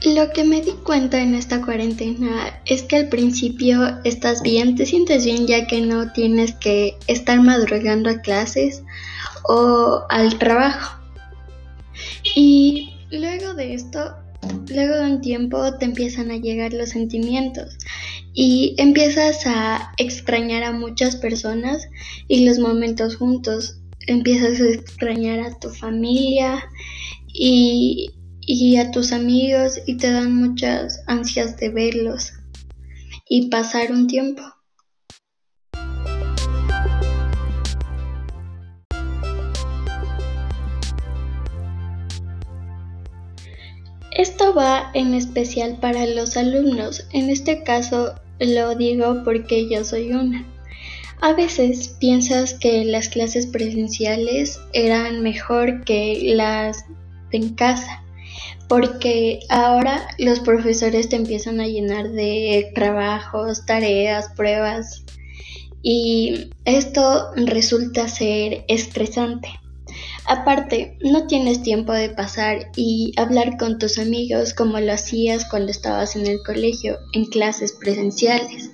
Lo que me di cuenta en esta cuarentena es que al principio estás bien, te sientes bien ya que no tienes que estar madrugando a clases o al trabajo. Y luego de esto, luego de un tiempo te empiezan a llegar los sentimientos y empiezas a extrañar a muchas personas y los momentos juntos. Empiezas a extrañar a tu familia y, y a tus amigos y te dan muchas ansias de verlos y pasar un tiempo. Esto va en especial para los alumnos. En este caso lo digo porque yo soy una. A veces piensas que las clases presenciales eran mejor que las en casa, porque ahora los profesores te empiezan a llenar de trabajos, tareas, pruebas y esto resulta ser estresante. Aparte, no tienes tiempo de pasar y hablar con tus amigos como lo hacías cuando estabas en el colegio, en clases presenciales.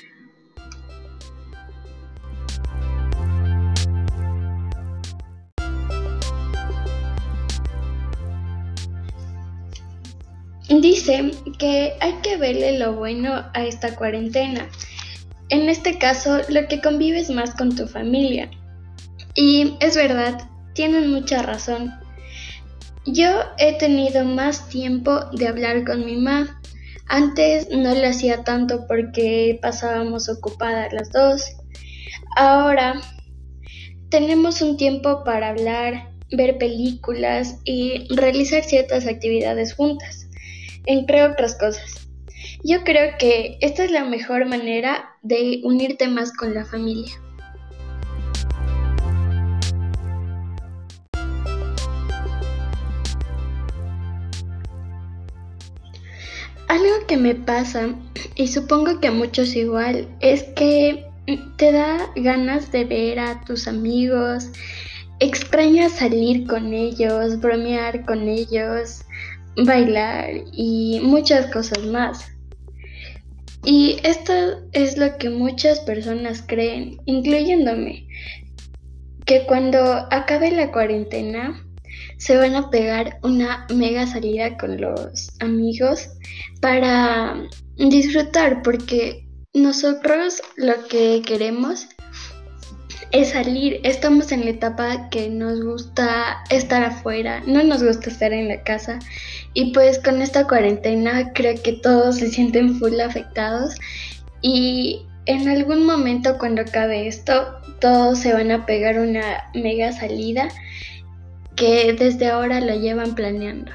Dice que hay que verle lo bueno a esta cuarentena. En este caso, lo que convives más con tu familia. Y es verdad, tienen mucha razón. Yo he tenido más tiempo de hablar con mi mamá. Antes no lo hacía tanto porque pasábamos ocupadas las dos. Ahora tenemos un tiempo para hablar, ver películas y realizar ciertas actividades juntas, entre otras cosas. Yo creo que esta es la mejor manera de unirte más con la familia. Algo que me pasa, y supongo que a muchos igual, es que te da ganas de ver a tus amigos, extrañas salir con ellos, bromear con ellos, bailar y muchas cosas más. Y esto es lo que muchas personas creen, incluyéndome, que cuando acabe la cuarentena se van a pegar una mega salida con los amigos para disfrutar, porque nosotros lo que queremos es salir. Estamos en la etapa que nos gusta estar afuera, no nos gusta estar en la casa. Y pues con esta cuarentena creo que todos se sienten full afectados y en algún momento cuando acabe esto, todos se van a pegar una mega salida que desde ahora lo llevan planeando.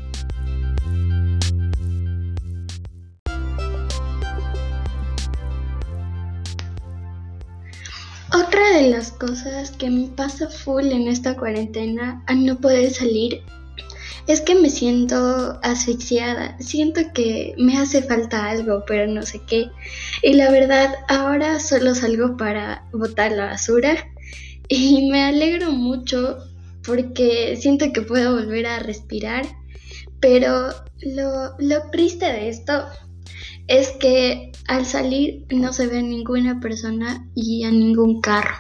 Otra de las cosas que me pasa full en esta cuarentena al no poder salir es que me siento asfixiada, siento que me hace falta algo, pero no sé qué. Y la verdad, ahora solo salgo para botar la basura y me alegro mucho porque siento que puedo volver a respirar, pero lo triste de esto es que al salir no se ve a ninguna persona y a ningún carro.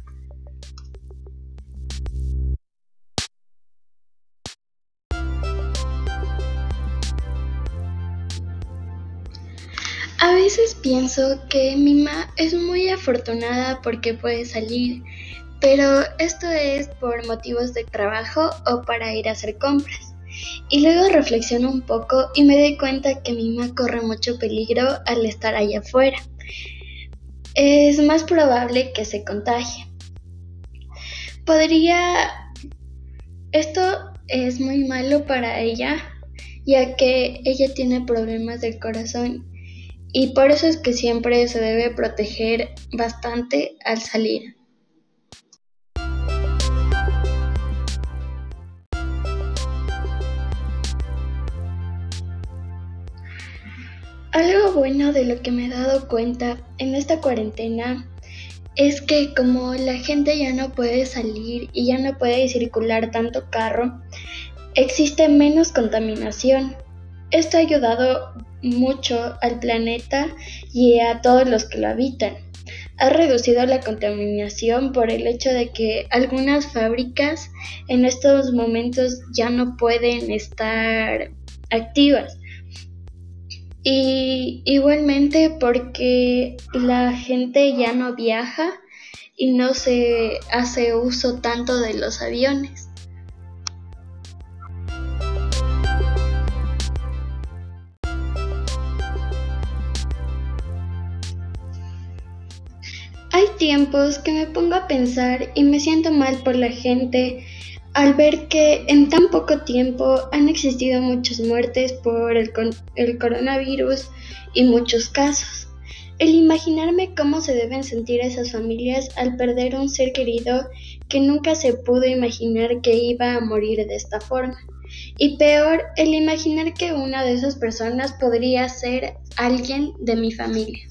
A veces pienso que mi mamá es muy afortunada porque puede salir, pero esto es por motivos de trabajo o para ir a hacer compras. Y luego reflexiono un poco y me doy cuenta que mi mamá corre mucho peligro al estar allá afuera. Es más probable que se contagie. Esto es muy malo para ella, ya que ella tiene problemas del corazón y por eso es que siempre se debe proteger bastante al salir. Algo bueno de lo que me he dado cuenta en esta cuarentena es que como la gente ya no puede salir y ya no puede circular tanto carro, existe menos contaminación. Esto ha ayudado mucho al planeta y a todos los que lo habitan. Ha reducido la contaminación por el hecho de que algunas fábricas en estos momentos ya no pueden estar activas. Y igualmente porque la gente ya no viaja y no se hace uso tanto de los aviones. Hay tiempos que me pongo a pensar y me siento mal por la gente al ver que en tan poco tiempo han existido muchas muertes por el coronavirus y muchos casos. El imaginarme cómo se deben sentir esas familias al perder un ser querido que nunca se pudo imaginar que iba a morir de esta forma. Y peor, el imaginar que una de esas personas podría ser alguien de mi familia.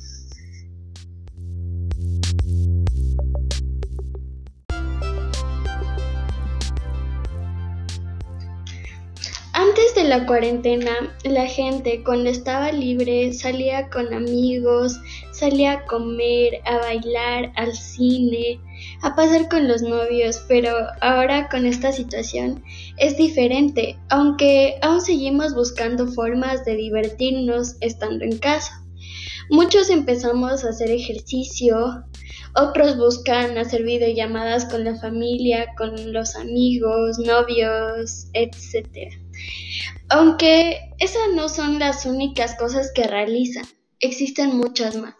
Antes de la cuarentena, la gente cuando estaba libre salía con amigos, salía a comer, a bailar, al cine, a pasar con los novios, pero ahora con esta situación es diferente, aunque aún seguimos buscando formas de divertirnos estando en casa. Muchos empezamos a hacer ejercicio, otros buscan hacer videollamadas con la familia, con los amigos, novios, etc. Aunque esas no son las únicas cosas que realizan, existen muchas más.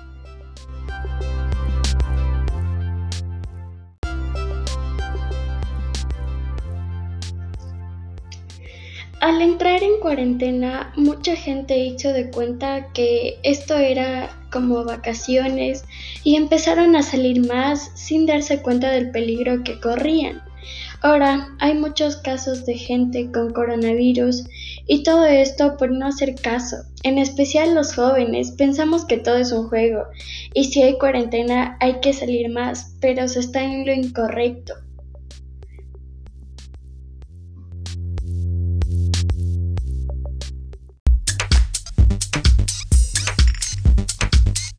Al entrar en cuarentena, mucha gente hizo de cuenta que esto era como vacaciones y empezaron a salir más sin darse cuenta del peligro que corrían. Ahora, hay muchos casos de gente con coronavirus y todo esto por no hacer caso. En especial los jóvenes, pensamos que todo es un juego y si hay cuarentena hay que salir más, pero se está en lo incorrecto.